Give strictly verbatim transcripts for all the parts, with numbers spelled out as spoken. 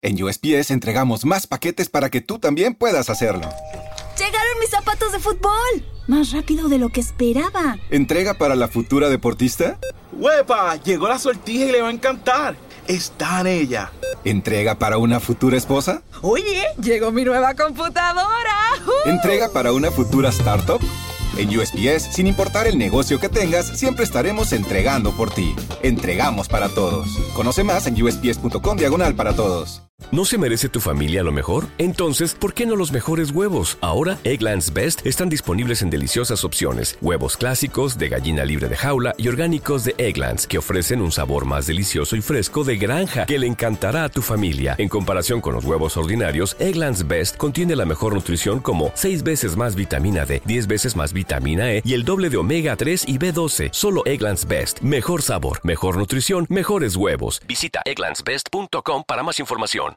En U S P S entregamos más paquetes para que tú también puedas hacerlo. ¡Llegaron mis zapatos de fútbol! Más rápido de lo que esperaba. ¿Entrega para la futura deportista? ¡Huepa! Llegó la sortija y le va a encantar. Está en ella. ¿Entrega para una futura esposa? Oye, llegó mi nueva computadora. ¡Uh! ¿Entrega para una futura startup? En U S P S, sin importar el negocio que tengas, siempre estaremos entregando por ti. Entregamos para todos. Conoce más en usps.com diagonal para todos. ¿No se merece tu familia lo mejor? Entonces, ¿por qué no los mejores huevos? Ahora, Eggland's Best están disponibles en deliciosas opciones. Huevos clásicos, de gallina libre de jaula y orgánicos de Eggland's, que ofrecen un sabor más delicioso y fresco de granja que le encantará a tu familia. En comparación con los huevos ordinarios, Eggland's Best contiene la mejor nutrición como seis veces más vitamina D, diez veces más vitamina E y el doble de omega tres y B doce. Solo Eggland's Best. Mejor sabor, mejor nutrición, mejores huevos. Visita egglands best punto com para más información.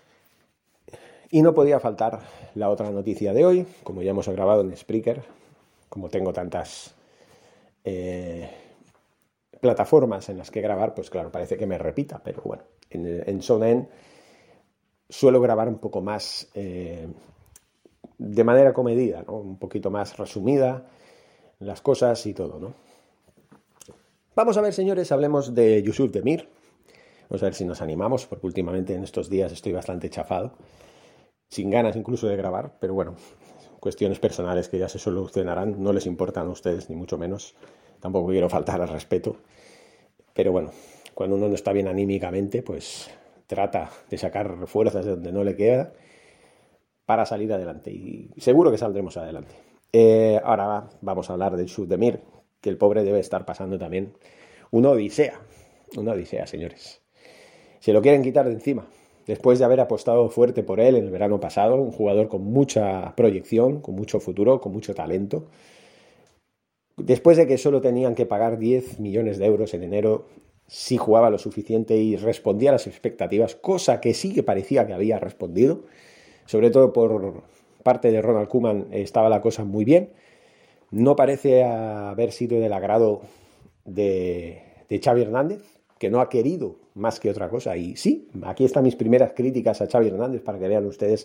Y no podía faltar la otra noticia de hoy, como ya hemos grabado en Spreaker, como tengo tantas eh, plataformas en las que grabar, pues claro, parece que me repita, pero bueno, en, en SoundEn suelo grabar un poco más eh, de manera comedida, ¿no? Un poquito más resumida las cosas y todo, ¿no? Vamos a ver, señores, hablemos de Yusuf Demir. Vamos a ver si nos animamos, porque últimamente en estos días estoy bastante chafado, sin ganas incluso de grabar, pero bueno, cuestiones personales que ya se solucionarán, no les importan a ustedes, ni mucho menos, tampoco quiero faltar al respeto, pero bueno, cuando uno no está bien anímicamente, pues trata de sacar fuerzas de donde no le queda para salir adelante, y seguro que saldremos adelante. Eh, ahora vamos a hablar de Yusuf Demir, que el pobre debe estar pasando también una odisea, una odisea, señores. Se lo quieren quitar de encima. Después de haber apostado fuerte por él en el verano pasado, un jugador con mucha proyección, con mucho futuro, con mucho talento. Después de que solo tenían que pagar diez millones de euros en enero, sí jugaba lo suficiente y respondía a las expectativas, cosa que sí que parecía que había respondido. Sobre todo por parte de Ronald Koeman estaba la cosa muy bien. No parece haber sido del agrado de, de Xavi Hernández, que no ha querido más que otra cosa. Y sí, aquí están mis primeras críticas a Xavi Hernández para que vean ustedes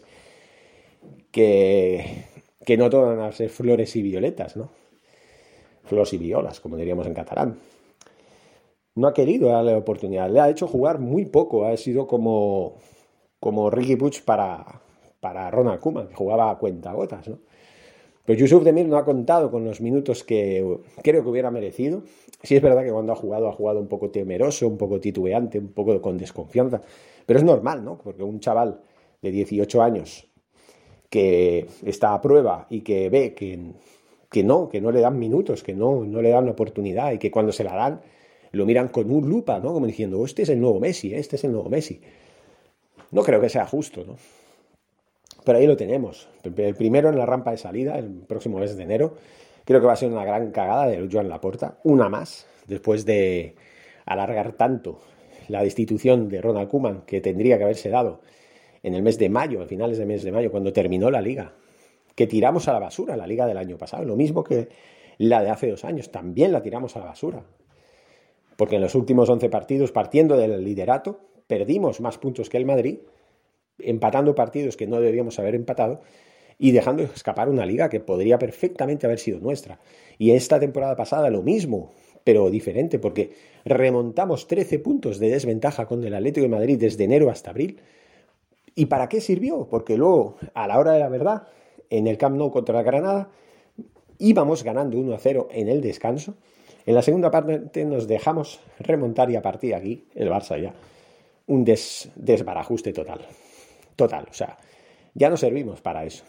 que, que no todo van a ser flores y violetas, ¿no? Flores y violas, como diríamos en catalán. No ha querido darle la oportunidad. Le ha hecho jugar muy poco. Ha sido como, como Riqui Puig para, para Ronald Koeman, que jugaba a cuentagotas, ¿no? Pero Yusuf Demir no ha contado con los minutos que creo que hubiera merecido. Sí es verdad que cuando ha jugado, ha jugado un poco temeroso, un poco titubeante, un poco con desconfianza. Pero es normal, ¿no? Porque un chaval de dieciocho años que está a prueba y que ve que, que no, que no le dan minutos, que no, no le dan la oportunidad y que cuando se la dan lo miran con un lupa, ¿no? Como diciendo, este es el nuevo Messi, este es el nuevo Messi. No creo que sea justo, ¿no? Pero ahí lo tenemos. El primero en la rampa de salida, el próximo mes de enero. Creo que va a ser una gran cagada de Joan Laporta. Una más, después de alargar tanto la destitución de Ronald Koeman, que tendría que haberse dado en el mes de mayo, a finales del mes de mayo, cuando terminó la liga. Que tiramos a la basura la liga del año pasado. Lo mismo que la de hace dos años. También la tiramos a la basura. Porque en los últimos once partidos, partiendo del liderato, perdimos más puntos que el Madrid, empatando partidos que no deberíamos haber empatado y dejando escapar una liga que podría perfectamente haber sido nuestra. Y esta temporada pasada lo mismo, pero diferente, porque remontamos trece puntos de desventaja con el Atlético de Madrid desde enero hasta abril. ¿Y para qué sirvió? Porque luego, a la hora de la verdad, en el Camp Nou contra la Granada, íbamos ganando uno a cero en el descanso. En la segunda parte nos dejamos remontar y a partir de aquí, el Barça ya, un des, desbarajuste total. Total, o sea, ya no servimos para eso.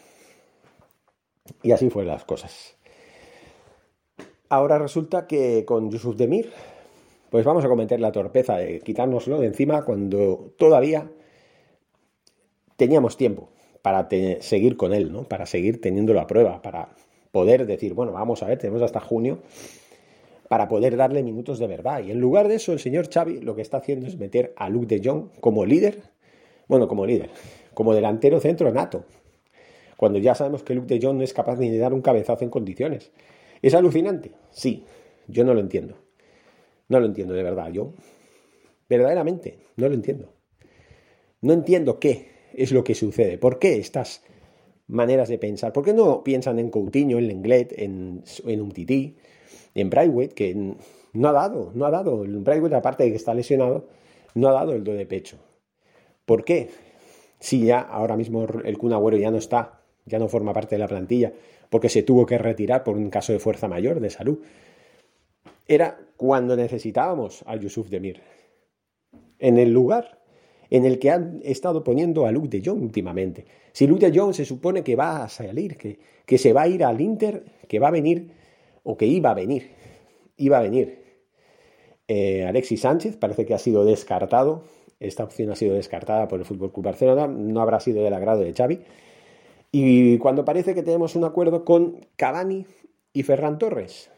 Y así fueron las cosas. Ahora resulta que con Yusuf Demir, pues vamos a cometer la torpeza de quitárnoslo de encima cuando todavía teníamos tiempo para te- seguir con él, ¿no? Para seguir teniéndolo a prueba, para poder decir, bueno, vamos a ver, tenemos hasta junio para poder darle minutos de verdad. Y en lugar de eso, el señor Xavi lo que está haciendo es meter a Luuk de Jong como líder, bueno, como líder, como delantero centro nato, cuando ya sabemos que Luuk de Jong no es capaz ni de dar un cabezazo en condiciones. ¿Es alucinante? Sí, yo no lo entiendo. No lo entiendo de verdad, yo verdaderamente no lo entiendo. No entiendo qué es lo que sucede. ¿Por qué estas maneras de pensar? ¿Por qué no piensan en Coutinho, en Lenglet, en, en Umtiti, en Braithwaite, que no ha dado, no ha dado? El Braithwaite, aparte de que está lesionado, no ha dado el do de pecho. ¿Por qué? Si ya ahora mismo el Kun Agüero ya no está, ya no forma parte de la plantilla, porque se tuvo que retirar por un caso de fuerza mayor, de salud. Era cuando necesitábamos a Yusuf Demir, en el lugar en el que han estado poniendo a Luuk de Jong últimamente. Si Luuk de Jong se supone que va a salir, que, que se va a ir al Inter, que va a venir, o que iba a venir, iba a venir eh, Alexis Sánchez, parece que ha sido descartado, esta opción ha sido descartada por el F C Barcelona, no habrá sido del agrado de Xavi, y cuando parece que tenemos un acuerdo con Cavani y Ferran Torres,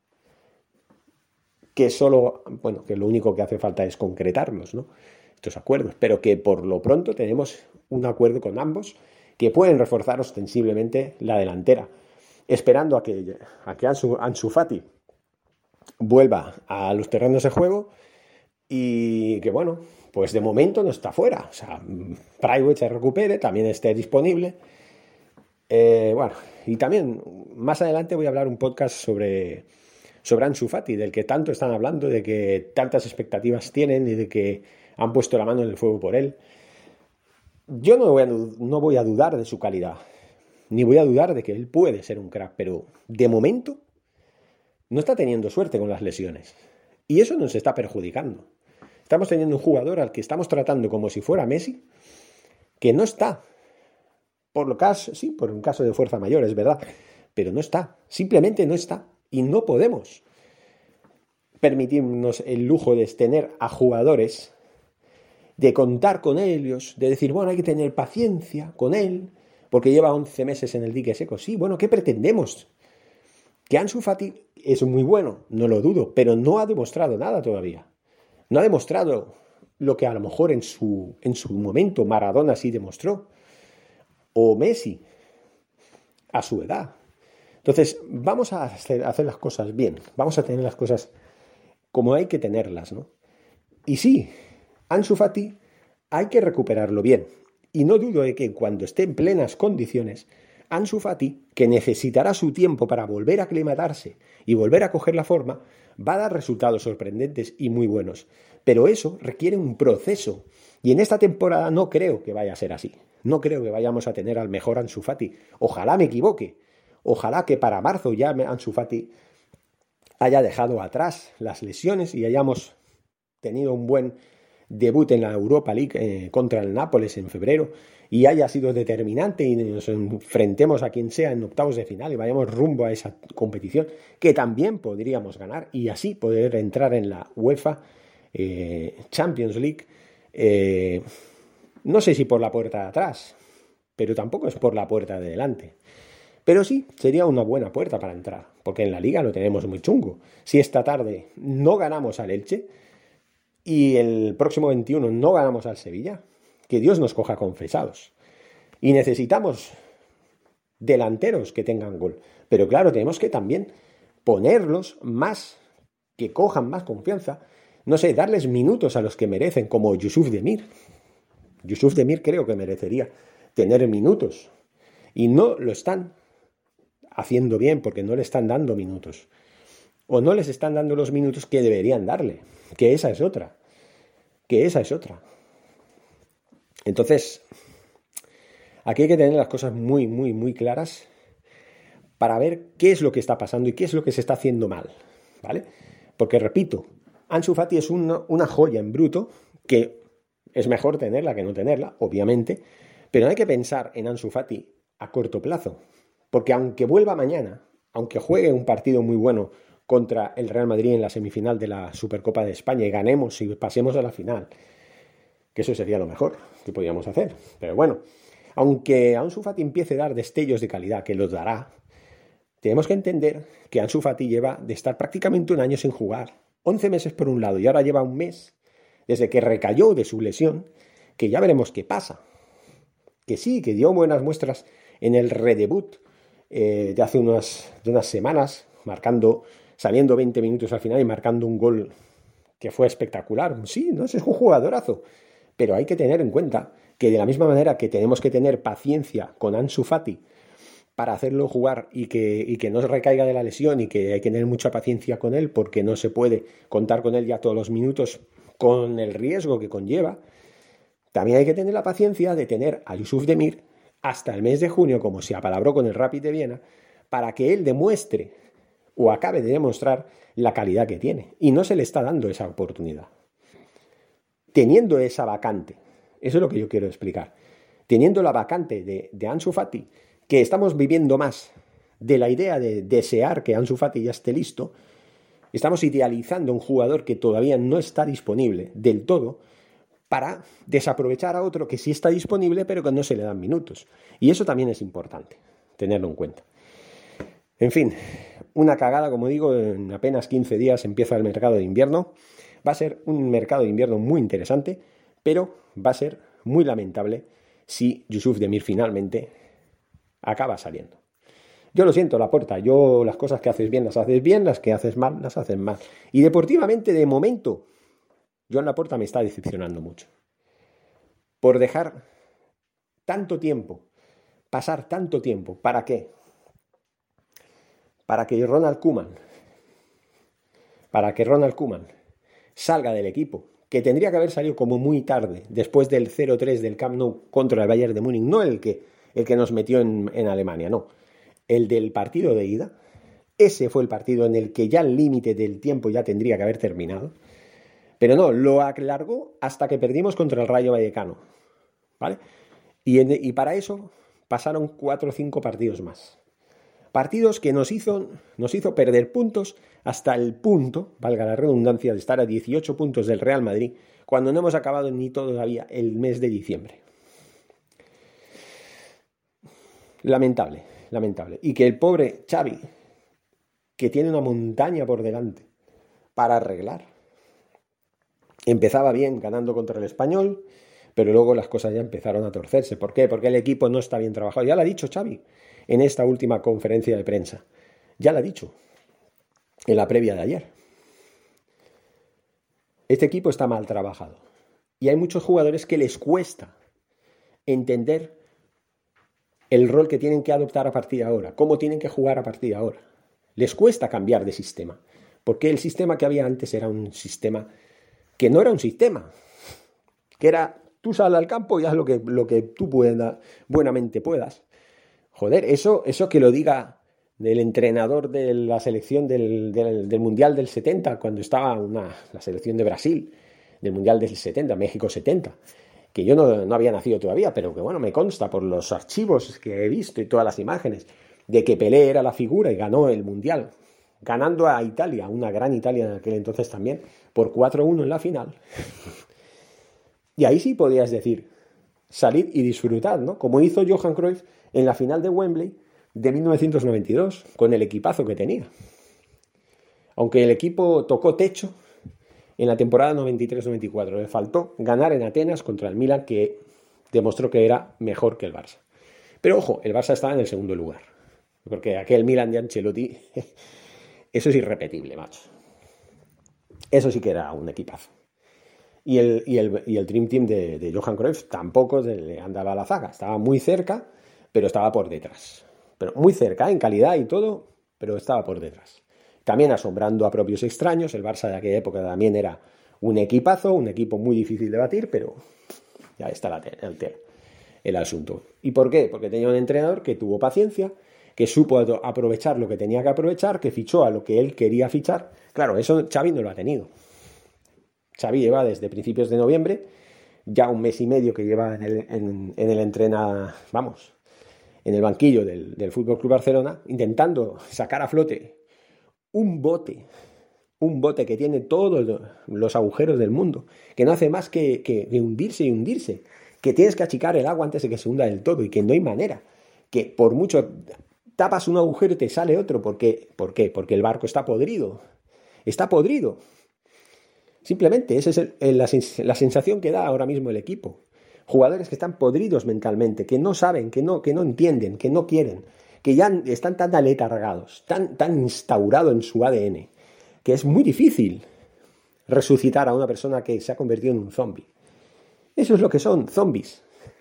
que solo, bueno, que lo único que hace falta es concretarlos, ¿no?, estos acuerdos, pero que por lo pronto tenemos un acuerdo con ambos que pueden reforzar ostensiblemente la delantera, esperando a que, a que Ansu, Ansu Fati vuelva a los terrenos de juego y que, bueno, pues de momento no está fuera. O sea, Braithwaite se recupere, también esté disponible. Eh, bueno, y también más adelante voy a hablar un podcast sobre, sobre Ansu Fati, del que tanto están hablando, de que tantas expectativas tienen y de que han puesto la mano en el fuego por él. Yo no voy a, no voy a dudar de su calidad, ni voy a dudar de que él puede ser un crack, pero de momento no está teniendo suerte con las lesiones. Y eso nos está perjudicando. Estamos teniendo un jugador al que estamos tratando como si fuera Messi, que no está. Por lo caso, sí, por un caso de fuerza mayor, es verdad, pero no está. Simplemente no está. Y no podemos permitirnos el lujo de tener a jugadores, de contar con ellos, de decir, bueno, hay que tener paciencia con él, porque lleva once meses en el dique seco. Sí, bueno, ¿qué pretendemos? Que Ansu Fati es muy bueno, no lo dudo, pero no ha demostrado nada todavía. No ha demostrado lo que a lo mejor en su, en su momento Maradona sí demostró, o Messi, a su edad. Entonces, vamos a hacer, a hacer las cosas bien, vamos a tener las cosas como hay que tenerlas, ¿no? Y sí, Ansu Fati hay que recuperarlo bien. Y no dudo de que cuando esté en plenas condiciones, Ansu Fati, que necesitará su tiempo para volver a aclimatarse y volver a coger la forma, va a dar resultados sorprendentes y muy buenos. Pero eso requiere un proceso. Y en esta temporada no creo que vaya a ser así. No creo que vayamos a tener al mejor Ansu Fati. Ojalá me equivoque. Ojalá que para marzo ya Ansu Fati haya dejado atrás las lesiones y hayamos tenido un buen debut en la Europa League eh, contra el Nápoles en febrero y haya sido determinante y nos enfrentemos a quien sea en octavos de final y vayamos rumbo a esa competición que también podríamos ganar y así poder entrar en la UEFA eh, Champions League, eh, no sé si por la puerta de atrás, pero tampoco es por la puerta de delante. Pero sí, sería una buena puerta para entrar, porque en la Liga lo tenemos muy chungo. Si esta tarde no ganamos al Elche y el próximo veintiuno no ganamos al Sevilla, que Dios nos coja confesados. Y necesitamos delanteros que tengan gol. Pero claro, tenemos que también ponerlos más, que cojan más confianza. No sé, darles minutos a los que merecen, como Yusuf Demir. Yusuf Demir creo que merecería tener minutos. Y no lo están haciendo bien porque no le están dando minutos. O no les están dando los minutos que deberían darle. Que esa es otra. Que esa es otra. Entonces, aquí hay que tener las cosas muy, muy, muy claras para ver qué es lo que está pasando y qué es lo que se está haciendo mal, ¿vale? Porque, repito, Ansu Fati es una, una joya en bruto que es mejor tenerla que no tenerla, obviamente, pero no hay que pensar en Ansu Fati a corto plazo, porque aunque vuelva mañana, aunque juegue un partido muy bueno contra el Real Madrid en la semifinal de la Supercopa de España y ganemos y pasemos a la final, que eso sería lo mejor que podíamos hacer. Pero bueno, aunque Ansu Fati empiece a dar destellos de calidad, que los dará, tenemos que entender que Ansu Fati lleva de estar prácticamente un año sin jugar, once meses por un lado, y ahora lleva un mes desde que recayó de su lesión, que ya veremos qué pasa. Que sí, que dio buenas muestras en el redebut eh, de hace unas, de unas semanas, marcando, saliendo veinte minutos al final y marcando un gol que fue espectacular. Sí, no es un jugadorazo, pero hay que tener en cuenta que de la misma manera que tenemos que tener paciencia con Ansu Fati para hacerlo jugar y que, y que no se recaiga de la lesión y que hay que tener mucha paciencia con él porque no se puede contar con él ya todos los minutos con el riesgo que conlleva, también hay que tener la paciencia de tener a Yusuf Demir hasta el mes de junio, como se apalabró con el Rapid de Viena, para que él demuestre o acabe de demostrar la calidad que tiene. Y no se le está dando esa oportunidad. Teniendo esa vacante, eso es lo que yo quiero explicar, teniendo la vacante de, de Ansu Fati, que estamos viviendo más de la idea de desear que Ansu Fati ya esté listo, estamos idealizando un jugador que todavía no está disponible del todo para desaprovechar a otro que sí está disponible pero que no se le dan minutos. Y eso también es importante, tenerlo en cuenta. En fin, una cagada, como digo, en apenas quince días empieza el mercado de invierno. Va a ser un mercado de invierno muy interesante, pero va a ser muy lamentable si Yusuf Demir finalmente acaba saliendo. Yo lo siento, Laporta, yo las cosas que haces bien las haces bien, las que haces mal las haces mal. Y deportivamente, de momento, Joan Laporta me está decepcionando mucho. Por dejar tanto tiempo, pasar tanto tiempo, ¿para qué? Para que Ronald Koeman, para que Ronald Koeman salga del equipo, que tendría que haber salido como muy tarde, después del cero tres del Camp Nou contra el Bayern de Múnich, no el que, el que nos metió en, en Alemania, no, el del partido de ida. Ese fue el partido en el que ya el límite del tiempo ya tendría que haber terminado, pero no, lo alargó hasta que perdimos contra el Rayo Vallecano, ¿vale? Y, en, y para eso pasaron cuatro o cinco partidos más. Partidos que nos hizo, nos hizo perder puntos hasta el punto, valga la redundancia, de estar a dieciocho puntos del Real Madrid, cuando no hemos acabado ni todavía el mes de diciembre. Lamentable, lamentable. Y que el pobre Xavi, que tiene una montaña por delante para arreglar, empezaba bien ganando contra el Español, pero luego las cosas ya empezaron a torcerse. ¿Por qué? Porque el equipo no está bien trabajado. Ya lo ha dicho Xavi en esta última conferencia de prensa. Ya lo ha dicho en la previa de ayer. Este equipo está mal trabajado. Y hay muchos jugadores que les cuesta entender el rol que tienen que adoptar a partir de ahora, cómo tienen que jugar a partir de ahora. Les cuesta cambiar de sistema, porque el sistema que había antes era un sistema que no era un sistema, que era tú sal al campo y haz lo que, lo que tú pueda, buenamente puedas. Joder, eso, eso que lo diga del entrenador de la selección del, del, del Mundial del setenta, cuando estaba una, la selección de Brasil, del Mundial del setenta, México setenta, que yo no, no había nacido todavía, pero que bueno, me consta por los archivos que he visto y todas las imágenes, de que Pelé era la figura y ganó el Mundial, ganando a Italia, una gran Italia en aquel entonces también, por cuatro uno en la final. Y ahí sí podías decir, salid y disfrutad, ¿no? Como hizo Johan Cruyff en la final de Wembley de mil novecientos noventa y dos, con el equipazo que tenía. Aunque el equipo tocó techo en la temporada noventa y tres noventa y cuatro, le faltó ganar en Atenas contra el Milan, que demostró que era mejor que el Barça. Pero ojo, el Barça estaba en el segundo lugar, porque aquel Milan de Ancelotti, eso es irrepetible, macho. Eso sí que era un equipazo. Y el, y el, y el Dream Team de, de Johan Cruyff tampoco le andaba a la zaga. Estaba muy cerca, pero estaba por detrás. Pero muy cerca, en calidad y todo, pero estaba por detrás. También asombrando a propios extraños. El Barça de aquella época también era un equipazo, un equipo muy difícil de batir, pero ya está la tela, el, el asunto. ¿Y por qué? Porque tenía un entrenador que tuvo paciencia, que supo aprovechar lo que tenía que aprovechar, que fichó a lo que él quería fichar. Claro, eso Xavi no lo ha tenido. Xavi lleva desde principios de noviembre, ya un mes y medio que lleva en el, en, en el entrena, vamos, en el banquillo del, del F C Barcelona, intentando sacar a flote un bote, un bote que tiene todos los agujeros del mundo, que no hace más que, que, que hundirse y hundirse, que tienes que achicar el agua antes de que se hunda del todo y que no hay manera, que por mucho tapas un agujero y te sale otro. ¿Por qué? ¿Por qué? Porque el barco está podrido, está podrido. Simplemente esa es el, el, la, la sensación que da ahora mismo el equipo. Jugadores que están podridos mentalmente, que no saben, que no, que no entienden, que no quieren, que ya están tan aletargados, tan, tan instaurado en su A D N, que es muy difícil resucitar a una persona que se ha convertido en un zombie. Eso es lo que son, zombies.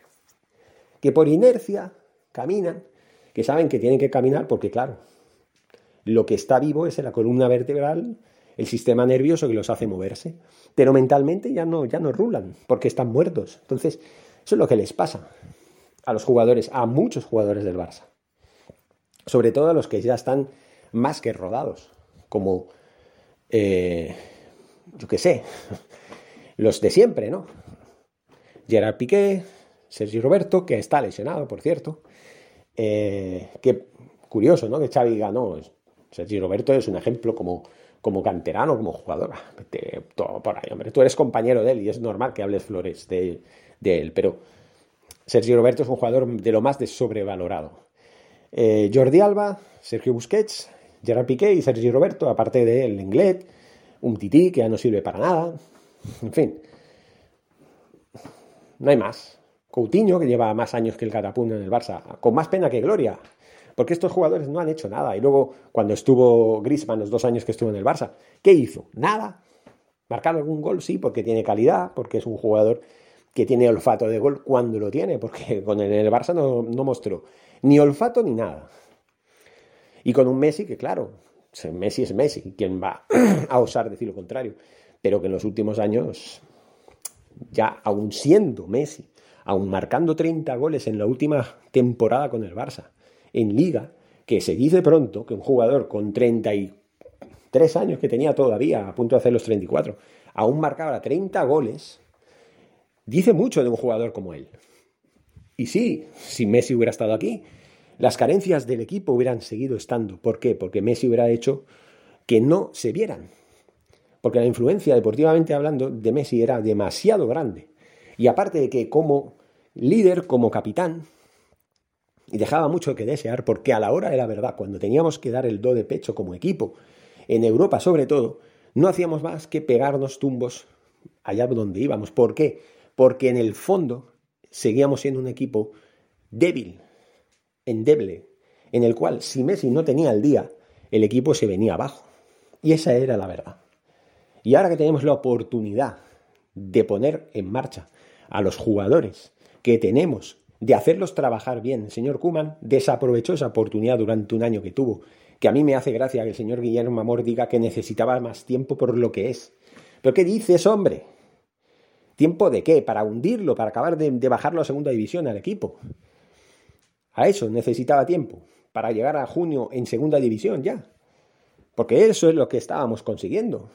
que por inercia caminan, que saben que tienen que caminar porque, claro, lo que está vivo es la columna vertebral, el sistema nervioso que los hace moverse, pero mentalmente ya no, ya no rulan porque están muertos. Entonces, eso es lo que les pasa a los jugadores, a muchos jugadores del Barça, sobre todo a los que ya están más que rodados, como, eh, yo qué sé, los de siempre, ¿no? Gerard Piqué, Sergi Roberto, que está lesionado, por cierto. Eh, qué curioso, ¿no? Que Xavi ganó. Sergi Roberto es un ejemplo como, como canterano, como jugador. Vete todo por ahí, hombre. Tú eres compañero de él y es normal que hables flores de, de él, pero Sergi Roberto es un jugador de lo más de sobrevalorado. Eh, Jordi Alba, Sergio Busquets, Gerard Piqué y Sergi Roberto, aparte del Lenglet, un Tití que ya no sirve para nada. En fin, no hay más. Coutinho, que lleva más años que el catapum en el Barça, con más pena que gloria, porque estos jugadores no han hecho nada. Y luego, cuando estuvo Griezmann, los dos años que estuvo en el Barça, ¿qué hizo? Nada. ¿Marcar algún gol? Sí, porque tiene calidad, porque es un jugador que tiene olfato de gol cuando lo tiene, porque con el, el Barça no, no mostró ni olfato ni nada. Y con un Messi que, claro, Messi es Messi, ¿quién va a osar decir lo contrario? Pero que en los últimos años, ya aún siendo Messi, aún marcando treinta goles en la última temporada con el Barça, en Liga, que se dice pronto que un jugador con treinta y tres años que tenía todavía, a punto de hacer los treinta y cuatro, aún marcaba treinta goles, dice mucho de un jugador como él. Y sí, si Messi hubiera estado aquí, las carencias del equipo hubieran seguido estando. ¿Por qué? Porque Messi hubiera hecho que no se vieran. Porque la influencia, deportivamente hablando, de Messi era demasiado grande. Y aparte de que como líder, como capitán, y dejaba mucho que desear, porque a la hora de la verdad, cuando teníamos que dar el do de pecho como equipo, en Europa sobre todo, no hacíamos más que pegarnos tumbos allá donde íbamos. ¿Por qué? Porque en el fondo seguíamos siendo un equipo débil, endeble, en el cual si Messi no tenía el día, el equipo se venía abajo. Y esa era la verdad. Y ahora que tenemos la oportunidad de poner en marcha a los jugadores que tenemos, de hacerlos trabajar bien, el señor Koeman desaprovechó esa oportunidad durante un año que tuvo, que a mí me hace gracia que el señor Guillermo Amor diga que necesitaba más tiempo por lo que es. ¿Pero qué dices, hombre? ¿Tiempo de qué? ¿Para hundirlo? ¿Para acabar de, de bajarlo a segunda división al equipo? A eso necesitaba tiempo, para llegar a junio en segunda división ya. Porque eso es lo que estábamos consiguiendo.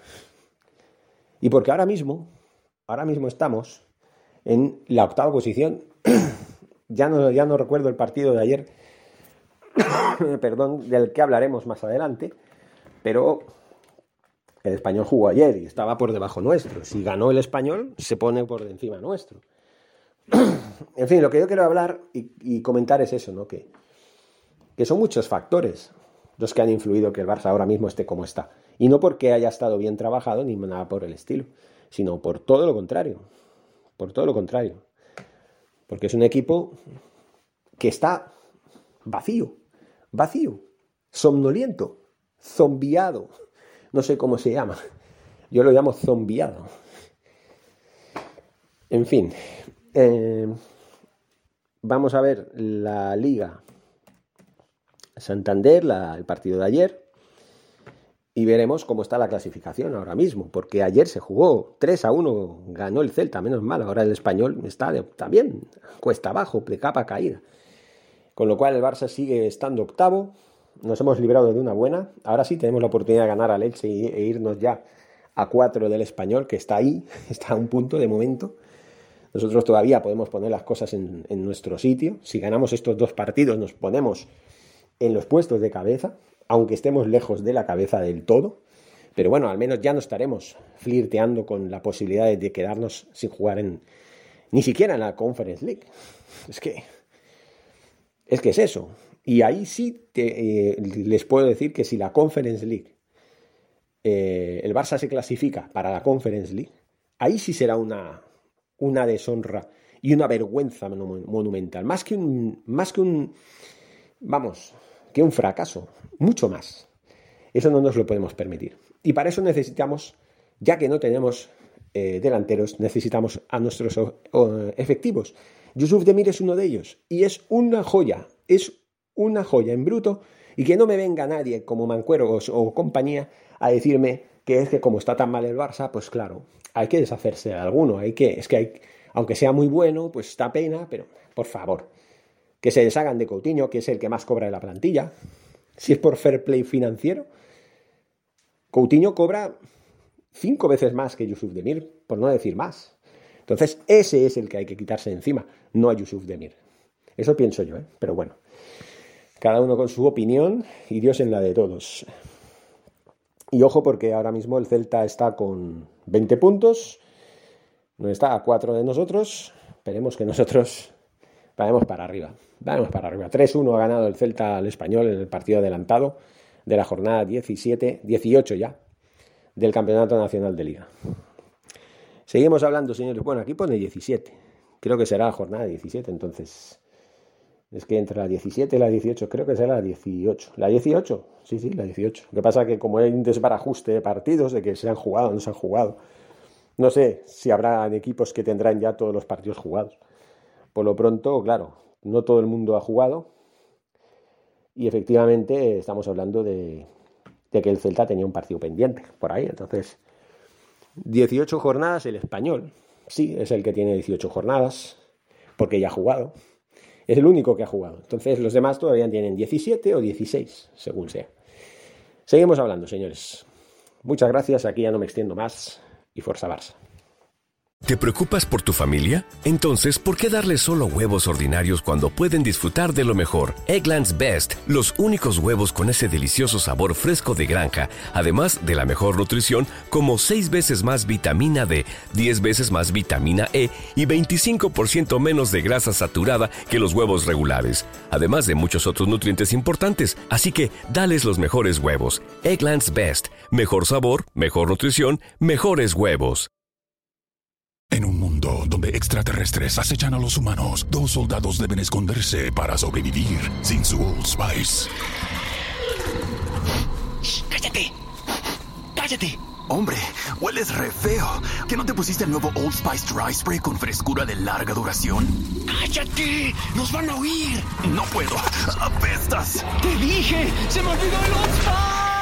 Y porque ahora mismo, ahora mismo estamos en la octava posición. ya, no, ya no recuerdo el partido de ayer, perdón, del que hablaremos más adelante, pero el Español jugó ayer y estaba por debajo nuestro. Si ganó el Español, se pone por encima nuestro. En fin, lo que yo quiero hablar y, y comentar es eso, ¿no? Que, que son muchos factores los que han influido que el Barça ahora mismo esté como está. Y no porque haya estado bien trabajado ni nada por el estilo, sino por todo lo contrario. Por todo lo contrario. Porque es un equipo que está vacío, vacío, somnoliento, zombiado. No sé cómo se llama. Yo lo llamo zombiado. En fin. Eh, vamos a ver la Liga Santander, la, el partido de ayer, y veremos cómo está la clasificación ahora mismo, porque ayer se jugó tres a uno, ganó el Celta, menos mal, ahora el Español está de, también cuesta abajo, de capa caída, con lo cual el Barça sigue estando octavo. Nos hemos librado de una buena, ahora sí tenemos la oportunidad de ganar al Elche e irnos ya a cuatro del Español, que está ahí, está a un punto de momento. Nosotros todavía podemos poner las cosas en, en nuestro sitio. Si ganamos estos dos partidos nos ponemos en los puestos de cabeza, aunque estemos lejos de la cabeza del todo. Pero bueno, al menos ya no estaremos flirteando con la posibilidad de quedarnos sin jugar en, ni siquiera en la Conference League. Es que es que es eso. Y ahí sí te, eh, les puedo decir que si la Conference League, eh, el Barça se clasifica para la Conference League, ahí sí será una, una deshonra y una vergüenza monumental. Más que un, más que un, vamos, que un fracaso, mucho más. Eso no nos lo podemos permitir. Y para eso necesitamos, ya que no tenemos eh, delanteros, necesitamos a nuestros oh, efectivos. Yusuf Demir es uno de ellos y es una joya, es una joya en bruto, y que no me venga nadie como Mancuero o, o compañía a decirme que es que como está tan mal el Barça, pues claro, hay que deshacerse de alguno, hay que, es que hay, aunque sea muy bueno, pues está pena, pero por favor, que se deshagan de Coutinho, que es el que más cobra de la plantilla. Si es por fair play financiero, Coutinho cobra cinco veces más que Yusuf Demir, por no decir más. Entonces, ese es el que hay que quitarse de encima, no a Yusuf Demir. Eso pienso yo, ¿eh? Pero bueno, cada uno con su opinión y Dios en la de todos. Y ojo, porque ahora mismo el Celta está con veinte puntos, no está a cuatro de nosotros. Esperemos que nosotros vayamos para arriba. Vamos para arriba. tres uno ha ganado el Celta al Español en el partido adelantado de la jornada diecisiete, dieciocho ya, del Campeonato Nacional de Liga. Seguimos hablando, señores. Bueno, aquí pone diecisiete. Creo que será la jornada diecisiete, entonces. Es que entre la diecisiete y la dieciocho, creo que será la dieciocho. ¿La dieciocho? Sí, sí, la dieciocho. Lo que pasa es que como hay un desbarajuste de partidos, de que se han jugado o no se han jugado, no sé si habrá equipos que tendrán ya todos los partidos jugados. Por lo pronto, claro, no todo el mundo ha jugado y efectivamente estamos hablando de, de que el Celta tenía un partido pendiente por ahí. Entonces, dieciocho jornadas el Español. Sí, es el que tiene dieciocho jornadas porque ya ha jugado. Es el único que ha jugado. Entonces los demás todavía tienen diecisiete o dieciséis, según sea. Seguimos hablando, señores. Muchas gracias. Aquí ya no me extiendo más. Y Forza Barça. ¿Te preocupas por tu familia? Entonces, ¿por qué darles solo huevos ordinarios cuando pueden disfrutar de lo mejor? Eggland's Best, los únicos huevos con ese delicioso sabor fresco de granja, además de la mejor nutrición, como seis veces más vitamina D, diez veces más vitamina E y veinticinco por ciento menos de grasa saturada que los huevos regulares, además de muchos otros nutrientes importantes. Así que, dales los mejores huevos. Eggland's Best, mejor sabor, mejor nutrición, mejores huevos. En un mundo donde extraterrestres acechan a los humanos, dos soldados deben esconderse para sobrevivir sin su Old Spice. Shh, ¡cállate! ¡Cállate! Hombre, hueles re feo. ¿Que no te pusiste el nuevo Old Spice Dry Spray con frescura de larga duración? ¡Cállate! ¡Nos van a oír! No puedo. ¡Apestas! ¡Te dije! ¡Se me olvidó el Old Spice!